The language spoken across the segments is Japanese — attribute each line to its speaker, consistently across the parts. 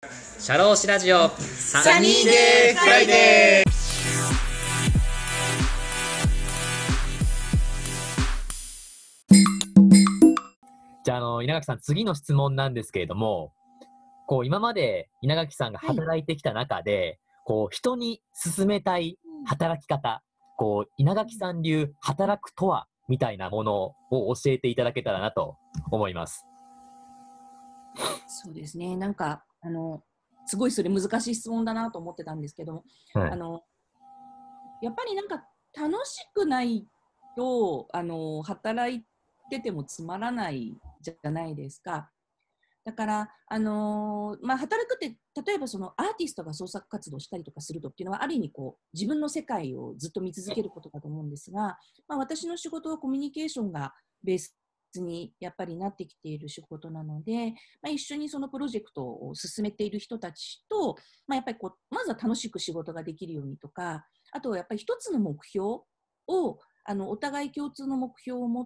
Speaker 1: シャローシラジオ
Speaker 2: サニーデーフライデー。
Speaker 3: じゃあ、稲垣さん、次の質問なんですけれども、今まで稲垣さんが
Speaker 2: はい。
Speaker 3: 働いてきた中で、人に勧めたい働き方、稲垣さん流働くとは、みたいなものを教えていただけたらなと思います。
Speaker 2: そうですね。すごいそれ難しい質問だなと思ってたんですけど、
Speaker 3: はい。
Speaker 2: あの、やっぱり楽しくないと、働いててもつまらないじゃないですか。だから、働くって、例えばそのアーティストが創作活動したりとかするとっていうのは、ある意味自分の世界をずっと見続けることだと思うんですが、私の仕事はコミュニケーションがベースにやっぱりなってきている仕事なので、一緒にそのプロジェクトを進めている人たちと、やっぱりまずは楽しく仕事ができるようにとか、あとはやっぱり一つの目標を、お互い共通の目標を持って、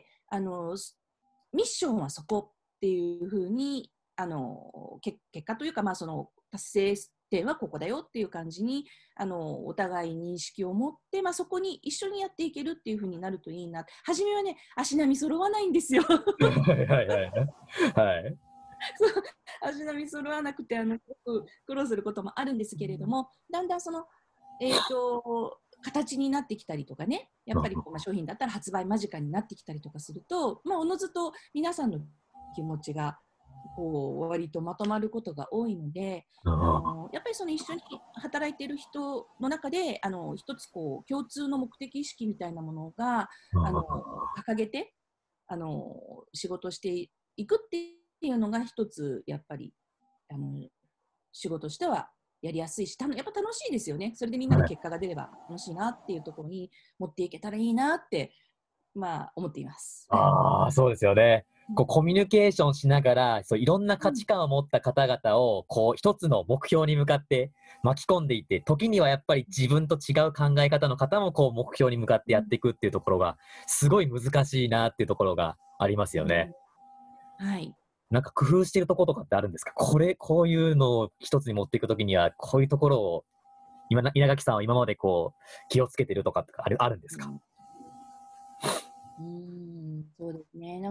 Speaker 2: ミッションはそこっていうふうに結果というか、その達成点はここだよっていう感じにお互い認識を持って、そこに一緒にやっていけるっていうふうになるといいな。初めはね、足並み揃わないんですよ。
Speaker 3: はいはいはい。はい。
Speaker 2: 足並み揃わなくてすごく苦労することもあるんですけれども、だんだんその、形になってきたりとかね、やっぱり商品だったら発売間近になってきたりとかすると、おのずと皆さんの気持ちが割とまとまることが多いので、やっぱりその一緒に働いている人の中で一つ共通の目的意識みたいなものが掲げて仕事していくっていうのが一つやっぱり仕事としてはやりやすいし、やっぱ楽しいですよね。それでみんなで結果が出れば楽しいなっていうところに持っていけたらいいなって思っています。
Speaker 3: ああ、そうですよね。コミュニケーションしながら、いろんな価値観を持った方々を、一つの目標に向かって巻き込んでいって、時にはやっぱり自分と違う考え方の方も、目標に向かってやっていくっていうところが、すごい難しいなっていうところがありますよね。
Speaker 2: はい。
Speaker 3: なんか工夫してるところとかってあるんですか？こういうのを一つに持っていくときには、こういうところを、稲垣さんは今まで気をつけてるとかってあるんですか？
Speaker 2: そうですね。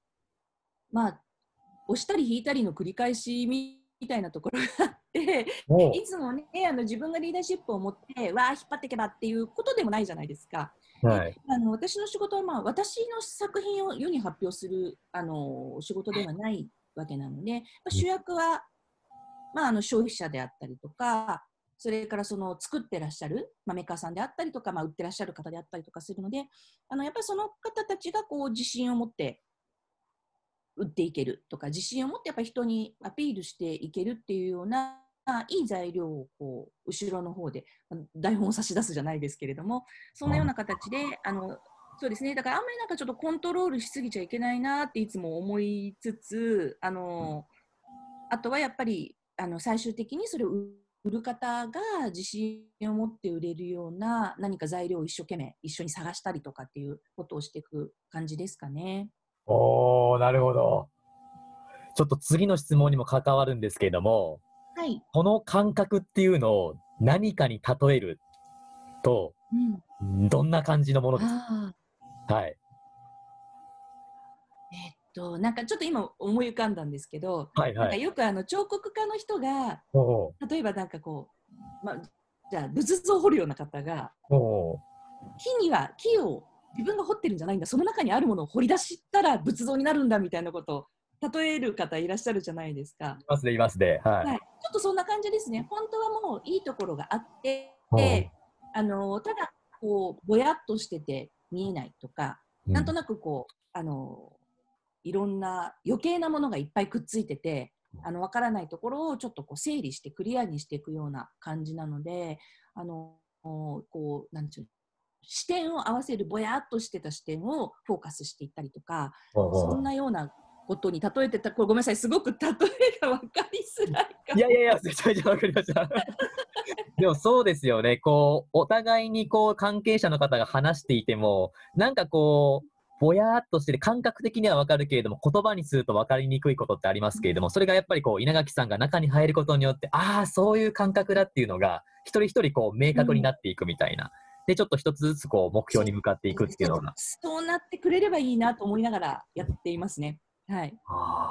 Speaker 2: 押したり引いたりの繰り返しみたいなところがあって、
Speaker 3: おう。
Speaker 2: いつもね、自分がリーダーシップを持って、わー、引っ張っていけばっていうことでもないじゃないですか。で、
Speaker 3: はい。
Speaker 2: 私の仕事は、私の作品を世に発表する、仕事ではないわけなので、主役は、消費者であったりとか、それからその作ってらっしゃる、メーカーさんであったりとか、売ってらっしゃる方であったりとかするので、やっぱりその方たちが自信を持って売っていけるとか、自信を持ってやっぱり人にアピールしていけるっていうようないい材料を後ろの方で台本を差し出すじゃないですけれども、そんなような形でそうですね。だからあんまりちょっとコントロールしすぎちゃいけないなっていつも思いつつ、あとはやっぱり最終的にそれを売る方が自信を持って売れるような何か材料を一生懸命一緒に探したりとかっていうことをしていく感じですかね。
Speaker 3: おー、なるほど。ちょっと次の質問にも関わるんですけれども、
Speaker 2: はい。
Speaker 3: この感覚っていうのを何かに例えると、
Speaker 2: うん。
Speaker 3: どんな感じのものです
Speaker 2: ああ。
Speaker 3: か？はい。
Speaker 2: ちょっと今思い浮かんだんですけど、
Speaker 3: はいはい。
Speaker 2: よく彫刻家の人が、
Speaker 3: おー、
Speaker 2: 例えばじゃあ仏像を彫るような方が、
Speaker 3: おー。
Speaker 2: 木を自分が彫ってるんじゃないんだ、その中にあるものを掘り出したら仏像になるんだみたいなことを例える方いらっしゃるじゃないですか。
Speaker 3: いますね、いますね。はい。
Speaker 2: はい。ちょっとそんな感じですね。本当はもういいところがあって、
Speaker 3: おー。
Speaker 2: ただぼやっとしてて見えないとか、
Speaker 3: うん。
Speaker 2: なんとなくいろんな余計なものがいっぱいくっついてて、わからないところをちょっと整理してクリアにしていくような感じなので、なんていうの、視点を合わせる、ぼやっとしてた視点をフォーカスしていったりとか、そん
Speaker 3: おー。
Speaker 2: なようなことに例えてた、これごめんなさい、すごく例えが分かりづらいかも。
Speaker 3: いやいやいや、めちゃめちゃわかりました。でもそうですよね。お互いに関係者の方が話していても、なんかぼやーっとしてて感覚的にはわかるけれども、言葉にするとわかりにくいことってありますけれども、それがやっぱりこう稲垣さんが中に入ることによって、ああ、そういう感覚だっていうのが、一人一人こう明確になっていくみたいな。で、ちょっと一つずつこう目標に向かっていくっていうのが。
Speaker 2: そうなってくれればいいなと思いながらやっていますね。はい。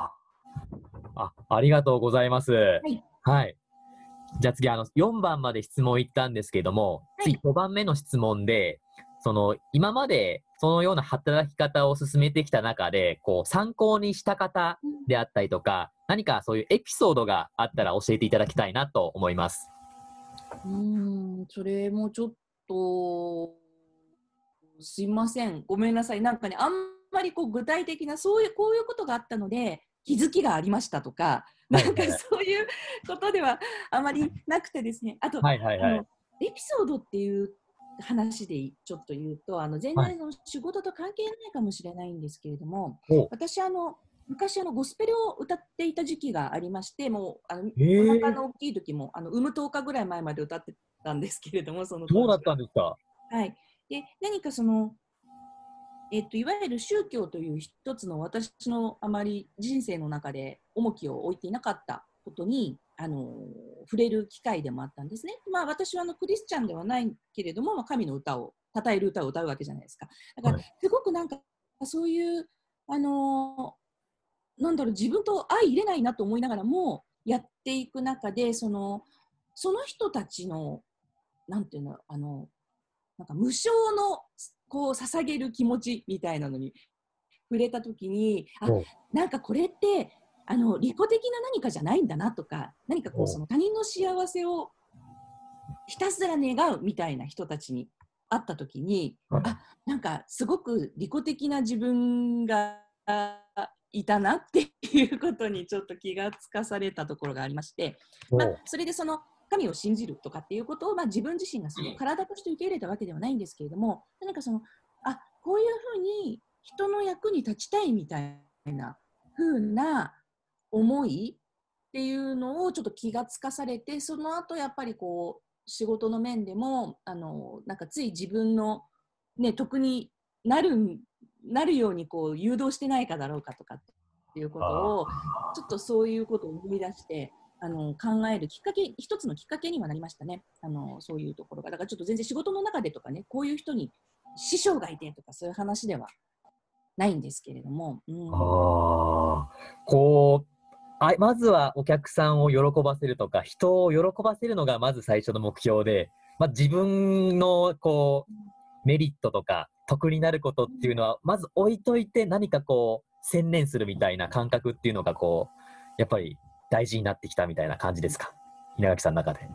Speaker 3: ありがとうございます。
Speaker 2: はい。
Speaker 3: はい。じゃあ次、4番まで質問いったんですけども、次
Speaker 2: はい。
Speaker 3: 5番目の質問で、今までそのような働き方を進めてきた中で、こう、参考にした方であったりとか、何かそういうエピソードがあったら教えていただきたいなと思います。
Speaker 2: それもちょっと、すいません。ごめんなさい。なんかね、あんまりこう具体的な、こういうことがあったので、気づきがありましたとか、なんか
Speaker 3: はいはいはい。
Speaker 2: そういうことではあまりなくてですね、あと、
Speaker 3: はいはいはい。
Speaker 2: エピソードっていう話でちょっと言うと、全
Speaker 3: はい。
Speaker 2: 然仕事と関係ないかもしれないんですけれども、
Speaker 3: お、
Speaker 2: 私、昔ゴスペルを歌っていた時期がありまして、もうお
Speaker 3: ええ、
Speaker 2: 腹の大きい時も産む10日ぐらい前まで歌ってたんですけれども、その
Speaker 3: そうだっ
Speaker 2: 当時は。
Speaker 3: たんですか。
Speaker 2: はい、で何かいわゆる宗教という一つの私のあまり人生の中で重きを置いていなかったことに触れる機会でもあったんですね。まあ、私はクリスチャンではないけれども、まあ、神の歌を称える歌を歌うわけじゃないですか。だから
Speaker 3: はい。
Speaker 2: すごくなんかそういうなんだろう、自分と相入れないなと思いながらもやっていく中でその人たちのなんていうのなんか無償のこう捧げる気持ちみたいなのに触れたときに、
Speaker 3: お、
Speaker 2: なんかこれって利己的な何かじゃないんだなとか、何かこう
Speaker 3: お、
Speaker 2: その他人の幸せをひたすら願うみたいな人たちに会ったときに、
Speaker 3: はい。
Speaker 2: なんかすごく利己的な自分がいたなっていうことにちょっと気がつかされたところがありまして、まあ、
Speaker 3: お、
Speaker 2: それで神を信じるとかっていうことを、まあ、自分自身が体として受け入れたわけではないんですけれども、何かこういうふうに人の役に立ちたいみたいな風な思いっていうのをちょっと気がつかされて、その後やっぱりこう仕事の面でもなんかつい自分の、ね、得になるようにこう誘導してないかだろうかとかっていうこと
Speaker 3: あ
Speaker 2: をちょっとそういうことを思い出して考えるきっかけ、一つのきっかけにはなりましたね。そういうところが。だからちょっと全然仕事の中でとかね、こういう人に師匠がいてとかそういう話ではないんですけれども、
Speaker 3: あ、こう、まずはお客さんを喜ばせるとか、人を喜ばせるのがまず最初の目標で、まあ、自分のこうメリットとか得になることっていうのはまず置いといて、何かこう専念するみたいな感覚っていうのがこうやっぱり大事になってきたみたいな感じですか、稲垣さんの中で。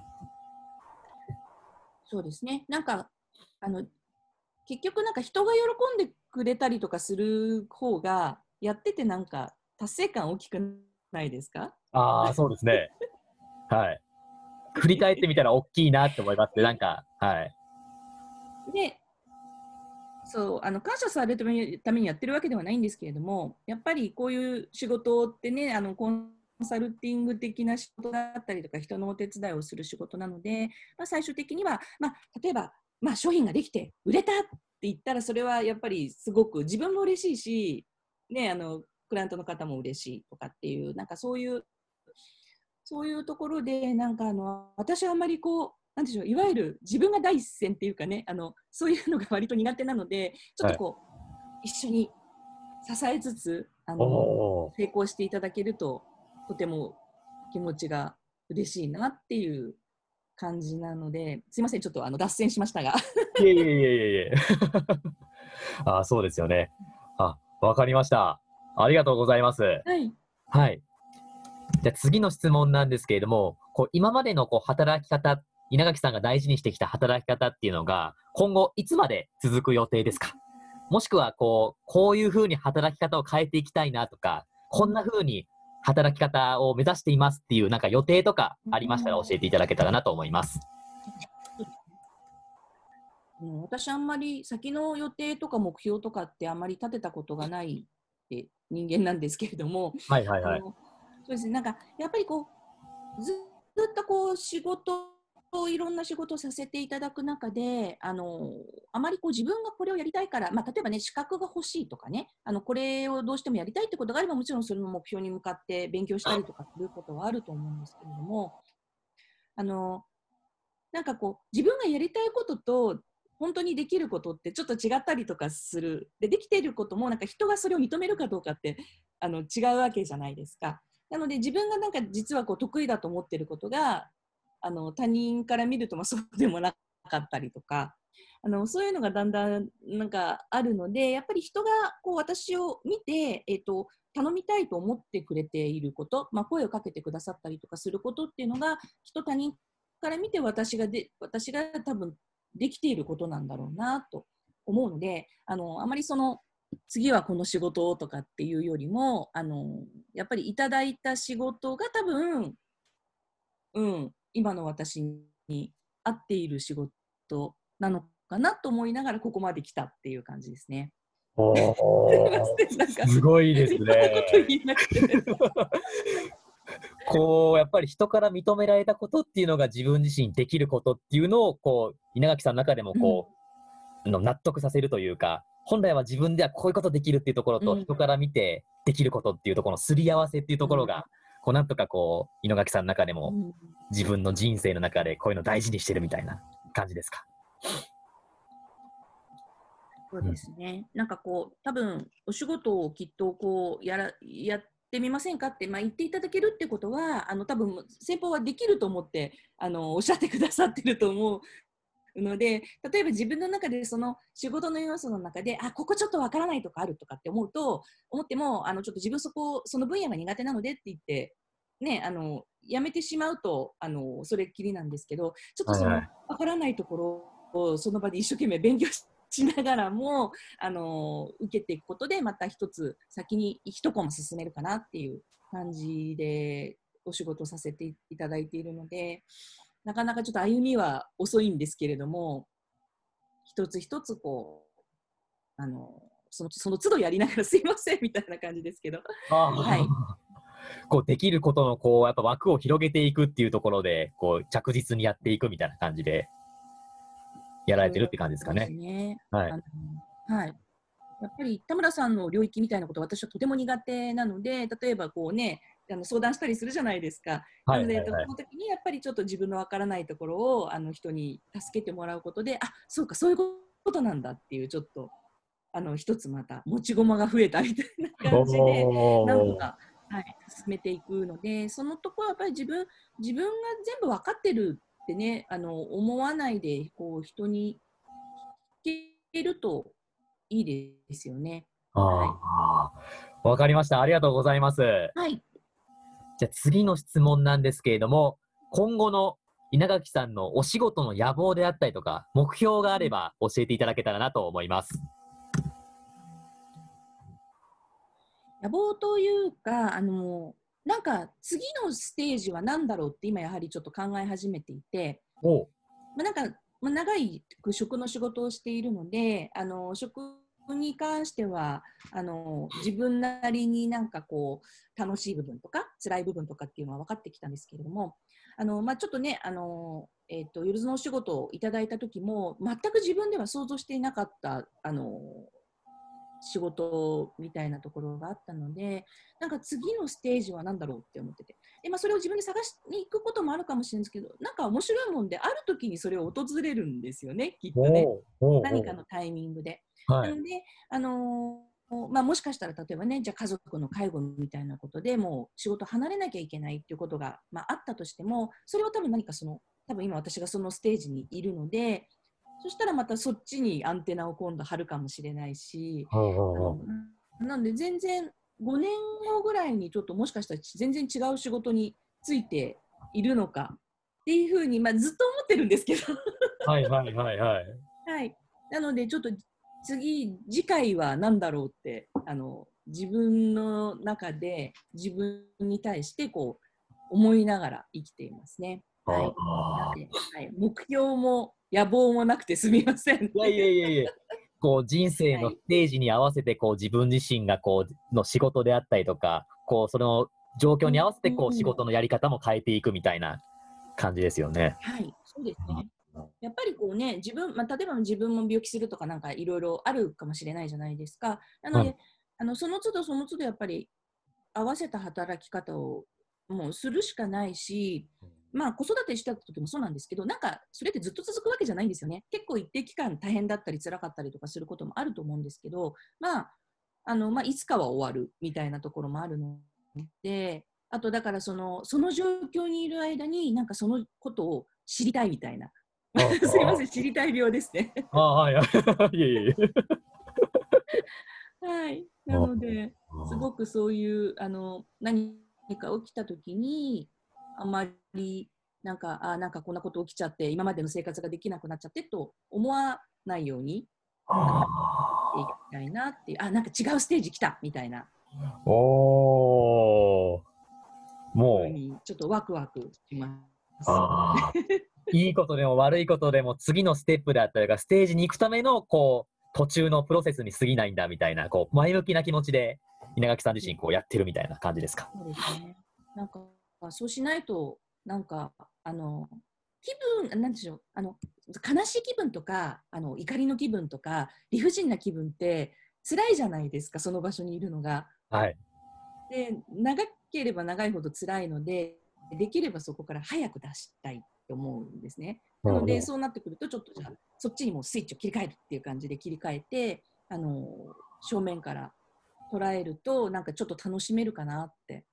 Speaker 2: そうですね。なんか結局なんか人が喜んでくれたりとかする方がやっててなんか達成感大きくないですか？
Speaker 3: ああ、そうですね。はい。振り返ってみたら大きいなって思いますね。なんか、はい。
Speaker 2: で、そう感謝されるためにやってるわけではないんですけれども、やっぱりこういう仕事ってね、コンサルティング的な仕事だったりとか、人のお手伝いをする仕事なので、まあ、最終的には、まあ、例えば、まあ、商品ができて売れたって言ったら、それはやっぱりすごく自分も嬉しいし、ね、クライアントの方も嬉しいとかっていう、なんかそういうところで、なんか私はあんまりこう、なんでしょう、いわゆる自分が第一線っていうかね、そういうのが割と苦手なので、ちょっ
Speaker 3: はい。
Speaker 2: とこう、一緒に支えつつ、
Speaker 3: おお。
Speaker 2: 成功していただけると、とても気持ちが嬉しいなっていう感じなので、すいません、ちょっと脱線しましたが。
Speaker 3: いえいえいえいえいえ。あ、そうですよね。わかりました。ありがとうございます。
Speaker 2: はい。
Speaker 3: はい。じゃあ次の質問なんですけれども、こう今までのこう働き方、稲垣さんが大事にしてきた働き方っていうのが、今後いつまで続く予定ですか？もしくはこういうふうに働き方を変えていきたいなとか、こんなふうに働き方を目指していますっていうなんか予定とかありましたら教えていただけたらなと思います。
Speaker 2: 私あんまり先の予定とか目標とかってあんまり立てたことがないって人間なんですけれども、
Speaker 3: はいはいはい。
Speaker 2: そうですね、なんかやっぱりこうずっとこう仕事いろんな仕事をさせていただく中で、あまりこう自分がこれをやりたいから、例えばね、資格が欲しいとかね、これをどうしてもやりたいってことがあれば、もちろんそれの目標に向かって勉強したりとかすることはあると思うんですけれども、なんかこう、自分がやりたいことと、本当にできることってちょっと違ったりとかする。できていることも、なんか人がそれを認めるかどうかって違うわけじゃないですか。なので、自分がなんか実はこう得意だと思っていることが、他人から見るとそうでもなかったりとか、そういうのがだんだんなんかあるので、やっぱり人がこう私を見て、頼みたいと思ってくれていること、声をかけてくださったりとかすることっていうのが、他人から見て私が多分できていることなんだろうなと思うので、あまりその次はこの仕事とかっていうよりも、やっぱりいただいた仕事が多分、今の私に合っている仕事なのかなと思いながらここまで来たっていう感じですね。
Speaker 3: すごいですね。やっぱり人から認められたことっていうのが自分自身できることっていうのを稲垣さんの中でも納得させるというか、本来は自分ではこういうことできるっていうところと、人から見てできることっていうところのすり合わせっていうところが、なんとか稲垣さんの中でも自分の人生の中でこういうの大事にしてるみたいな感じですか？
Speaker 2: そうですね。なんか多分お仕事をきっとやってみませんかって、言っていただけるってことは、多分先方はできると思っておっしゃってくださってると思うので、例えば自分の中でその仕事の要素の中で、ここちょっとわからないとかあるとかって思っても、ちょっと自分その分野が苦手なのでって言って、ね、やめてしまうと、それっきりなんですけど、ちょっとそのわからないところをその場で一生懸命勉強しながらも、受けていくことで、また一つ先に一コマ進めるかなっていう感じでお仕事させていただいているので、なかなかちょっと歩みは遅いんですけれども、一つ一つその都度やりながらすいませんみたいな感じですけど、はい。
Speaker 3: できることのやっぱ枠を広げていくっていうところで、着実にやっていくみたいな感じでやられてるって感じですかね。
Speaker 2: そうですね。
Speaker 3: はい。
Speaker 2: はい。やっぱり田村さんの領域みたいなこと私はとても苦手なので、例えば相談したりするじゃないですか。なので、その時にやっぱりちょっと自分のわからないところを人に助けてもらうことで、そうか、そういうことなんだっていう、ちょっと一つまた持ち駒が増えたみたいな感じで、なんとか、進めていくので、そのところはやっぱり自分が全部分かってるってね、思わないで人に聞けるといいですよね。
Speaker 3: わかりました。ありがとうございます。
Speaker 2: はい。
Speaker 3: じゃあ次の質問なんですけれども、今後の稲垣さんのお仕事の野望であったりとか、目標があれば教えていただけたらなと思います。
Speaker 2: 野望というか、なんか次のステージは何だろうって今やはりちょっと考え始めていて、なんか、長い食の仕事をしているので、食に関しては自分なりになんか楽しい部分とか辛い部分とかっていうのは分かってきたんですけれども、ちょっとね夜のお仕事をいただいた時も全く自分では想像していなかった仕事みたいなところがあったので、なんか次のステージは何だろうって思ってて、で、それを自分で探しに行くこともあるかもしれないんですけど、なんか面白いもんである時にそれを訪れるんですよね、きっとね、何かのタイミングで。なので、もしかしたら例えばね、じゃあ家族の介護みたいなことでもう仕事離れなきゃいけないっていうことが、あったとしても、それは多分何か多分今私がそのステージにいるので、そしたらまたそっちにアンテナを今度張るかもしれないし、なので全然5年後ぐらいにちょっともしかしたら全然違う仕事についているのかっていうふうに、ずっと思ってるんですけどはい。なのでちょっと次回は何だろうって自分の中で自分に対して思いながら生きていますね。はい。なので、目標も野望もなくてすみません。
Speaker 3: いや。人生のステージに合わせて自分自身がの仕事であったりとか、その状況に合わせて仕事のやり方も変えていくみたいな感じですよね。
Speaker 2: はい、そうですね。やっぱりこうね、自分、例えば自分も病気するとかなんかいろいろあるかもしれないじゃないですか。なの
Speaker 3: はい。
Speaker 2: で、その都度その都度やっぱり合わせた働き方をもうするしかないし、まあ子育てした時もそうなんですけど、なんかそれってずっと続くわけじゃないんですよね。結構一定期間大変だったり辛かったりとかすることもあると思うんですけど、まあ、いつかは終わるみたいなところもあるので、あとだからその状況にいる間になんかそのことを知りたいみたいな。
Speaker 3: あ
Speaker 2: すいません、
Speaker 3: あ、
Speaker 2: 知りたい病ですね。
Speaker 3: ああ、はい。いえいえいえ。
Speaker 2: はい。な
Speaker 3: あ
Speaker 2: ので、す
Speaker 3: あ、
Speaker 2: ごくそういう、何か起きたときに、あまり、なんかこんなこと起きちゃって、今までの生活ができなくなっちゃってと思わないように、していきたいなっていう、なんか違うステージ来たみたいな
Speaker 3: おー、もう、
Speaker 2: ふうに、ちょっとワクワクします。
Speaker 3: ああ、いいことでも悪いことでも次のステップであったりとか、ステージに行くための、こう、途中のプロセスに過ぎないんだみたいな、こう、前向きな気持ちで、稲垣さん自身、こう、やってるみたいな感じですか？
Speaker 2: そうですね。なんか、そうしないと、なんか、気分、なんでしょう、悲しい気分とか、怒りの気分とか、理不尽な気分って、辛いじゃないですか、その場所にいるのが。
Speaker 3: はい。
Speaker 2: で、長ければ長いほど辛いので、できればそこから早く出したいと思うんですね。なので、
Speaker 3: うんうん。
Speaker 2: そうなってくると、ちょっとじゃあ、そっちにもスイッチを切り替えるっていう感じで切り替えて、正面から捉えると、なんかちょっと楽しめるかなって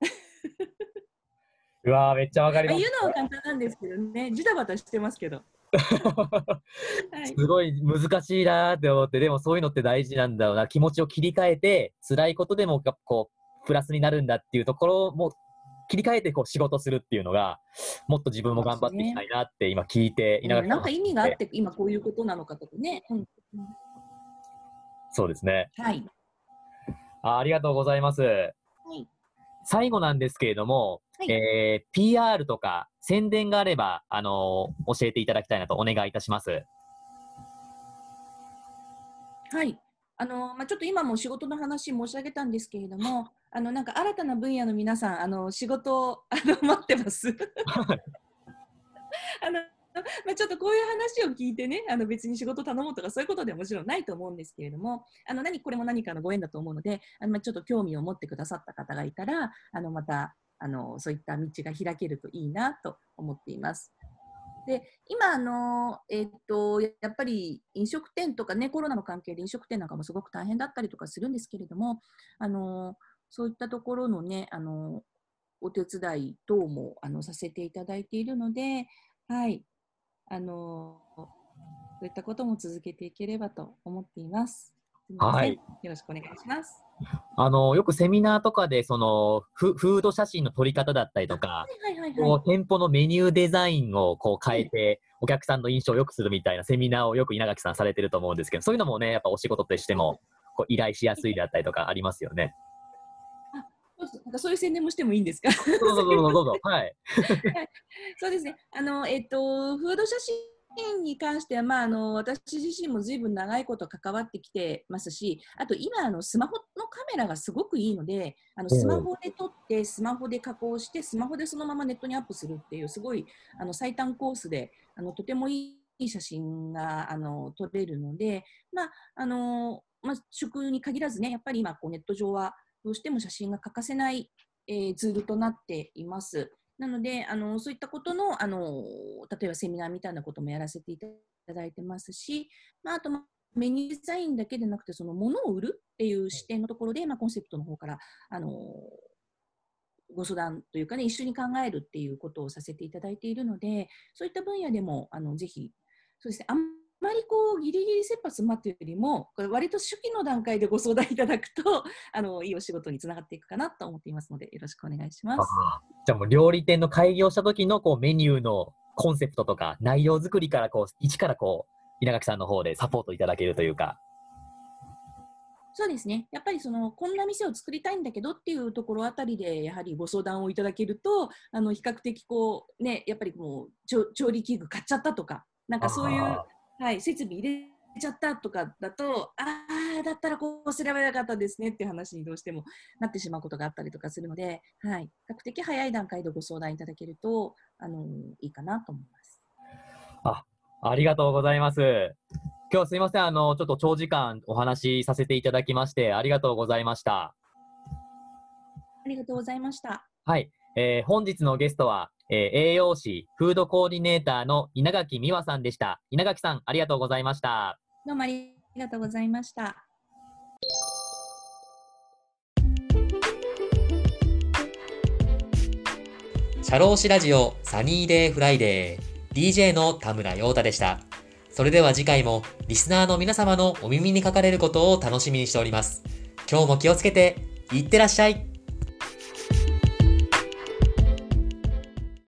Speaker 3: うわー、めっちゃわかり
Speaker 2: まあ、
Speaker 3: ます。
Speaker 2: 言うのは簡単なんですけどね、ジタバタしてますけど。はい。
Speaker 3: すごい難しいなーって思って、でもそういうのって大事なんだろうな。気持ちを切り替えて、辛いことでもこう、プラスになるんだっていうところも切り替えてこう仕事するっていうのが、もっと自分も
Speaker 2: そうで
Speaker 3: 頑張っていきた
Speaker 2: すね。
Speaker 3: いなって今聞いて、稲
Speaker 2: うん、
Speaker 3: 垣さんの
Speaker 2: なんか意味があっ
Speaker 3: 話聞いて、
Speaker 2: て今こういうことなのかとかね。うん。
Speaker 3: そうですね。
Speaker 2: はい。
Speaker 3: ありがとうございます。
Speaker 2: はい。
Speaker 3: 最後なんですけれども、
Speaker 2: はい。
Speaker 3: PR とか宣伝があれば、教えていただきたいなとお願いいたします。
Speaker 2: はい。ちょっと今も仕事の話申し上げたんですけれども、なんか新たな分野の皆さん、仕事を待ってます。あのちょっとこういう話を聞いてね、別に仕事頼もうとかそういうことではもちろんないと思うんですけれども、これも何かのご縁だと思うので、ちょっと興味を持ってくださった方がいたら、またそういった道が開けるといいなと思っています。で今やっぱり飲食店とかね、コロナの関係で飲食店なんかもすごく大変だったりとかするんですけれども、あのそういったところのね、お手伝い等もさせていただいているので、はい、そういったことも続けていければと思っています。すみません。
Speaker 3: はい。
Speaker 2: よろしくお願いします。
Speaker 3: よくセミナーとかで、フード写真の撮り方だったり
Speaker 2: あ、
Speaker 3: とか、
Speaker 2: はいはいはいはい。
Speaker 3: こう、店舗のメニューデザインをこう変え
Speaker 2: ええ、
Speaker 3: て、お客さんの印象を良くするみたいなセミナーをよく稲垣さんされてると思うんですけど、そういうのもね、やっぱお仕事としても、こう、依頼しやすいであったりとかありますよね。
Speaker 2: あ、なんかそういう宣伝もしてもいいんですか？す
Speaker 3: どうぞどうぞどうぞ。
Speaker 2: いません。
Speaker 3: はい。
Speaker 2: はい、そうですね。フード写真に関しては、私自身もずいぶん長いこと関わってきてますし、あと今、スマホのカメラがすごくいいので、スマ
Speaker 3: お
Speaker 2: ホで撮って、スマホで加工して、スマホでそのままネットにアップするっていう、すごい最短コースで、とてもいい写真が撮れるので、食に限らずね、やっぱり今こうネット上はどうしても写真が欠かせない、ツールとなっています。なので、そういったことの、例えばセミナーみたいなこともやらせていただいてますし、あと、メニューデザインだけでなくて、その物を売るっていう視点のところで、コンセプトの方から、あのご相談というかね、一緒に考えるっていうことをさせていただいているので、そういった分野でも、ぜひ、そうですね、あんまりこう、ギリギリ切羽詰まっているよりも、これ割と初期の段階でご相談いただくと、いいお仕事につながっていくかなと思っていますので、よろしくお願いします。
Speaker 3: じゃあもう料理店の開業した時のこうメニューのコンセプトとか内容作りからこう、一からこう、稲垣さんの方でサポートいただけるというか。
Speaker 2: そうですね。やっぱりこんな店を作りたいんだけどっていうところあたりで、やはりご相談をいただけると、比較的こう、ね、やっぱりもう、調理器具買っちゃったとか、なんかそういう、
Speaker 3: あ
Speaker 2: はい、設備入れちゃったとかだと、だったらこうすればよかったですねっていう話にどうしてもなってしまうことがあったりとかするので、はい、比較的早い段階でご相談いただけると、 いいかなと思います。
Speaker 3: ありがとうございます。今日すいません、ちょっと長時間お話しさせていただきまして、ありがとうございました。
Speaker 2: ありがとうございました。
Speaker 3: はい、本日のゲストは、栄養士、フードコーディネーターの稲垣美和さんでした。稲垣さん、ありがとうございました。
Speaker 2: どうもありがとうございました。
Speaker 1: 社労士ラジオサニーデイフライデー DJ の田村陽太でした。それでは次回もリスナーの皆様のお耳にかかれることを楽しみにしております。今日も気をつけていってらっしゃい。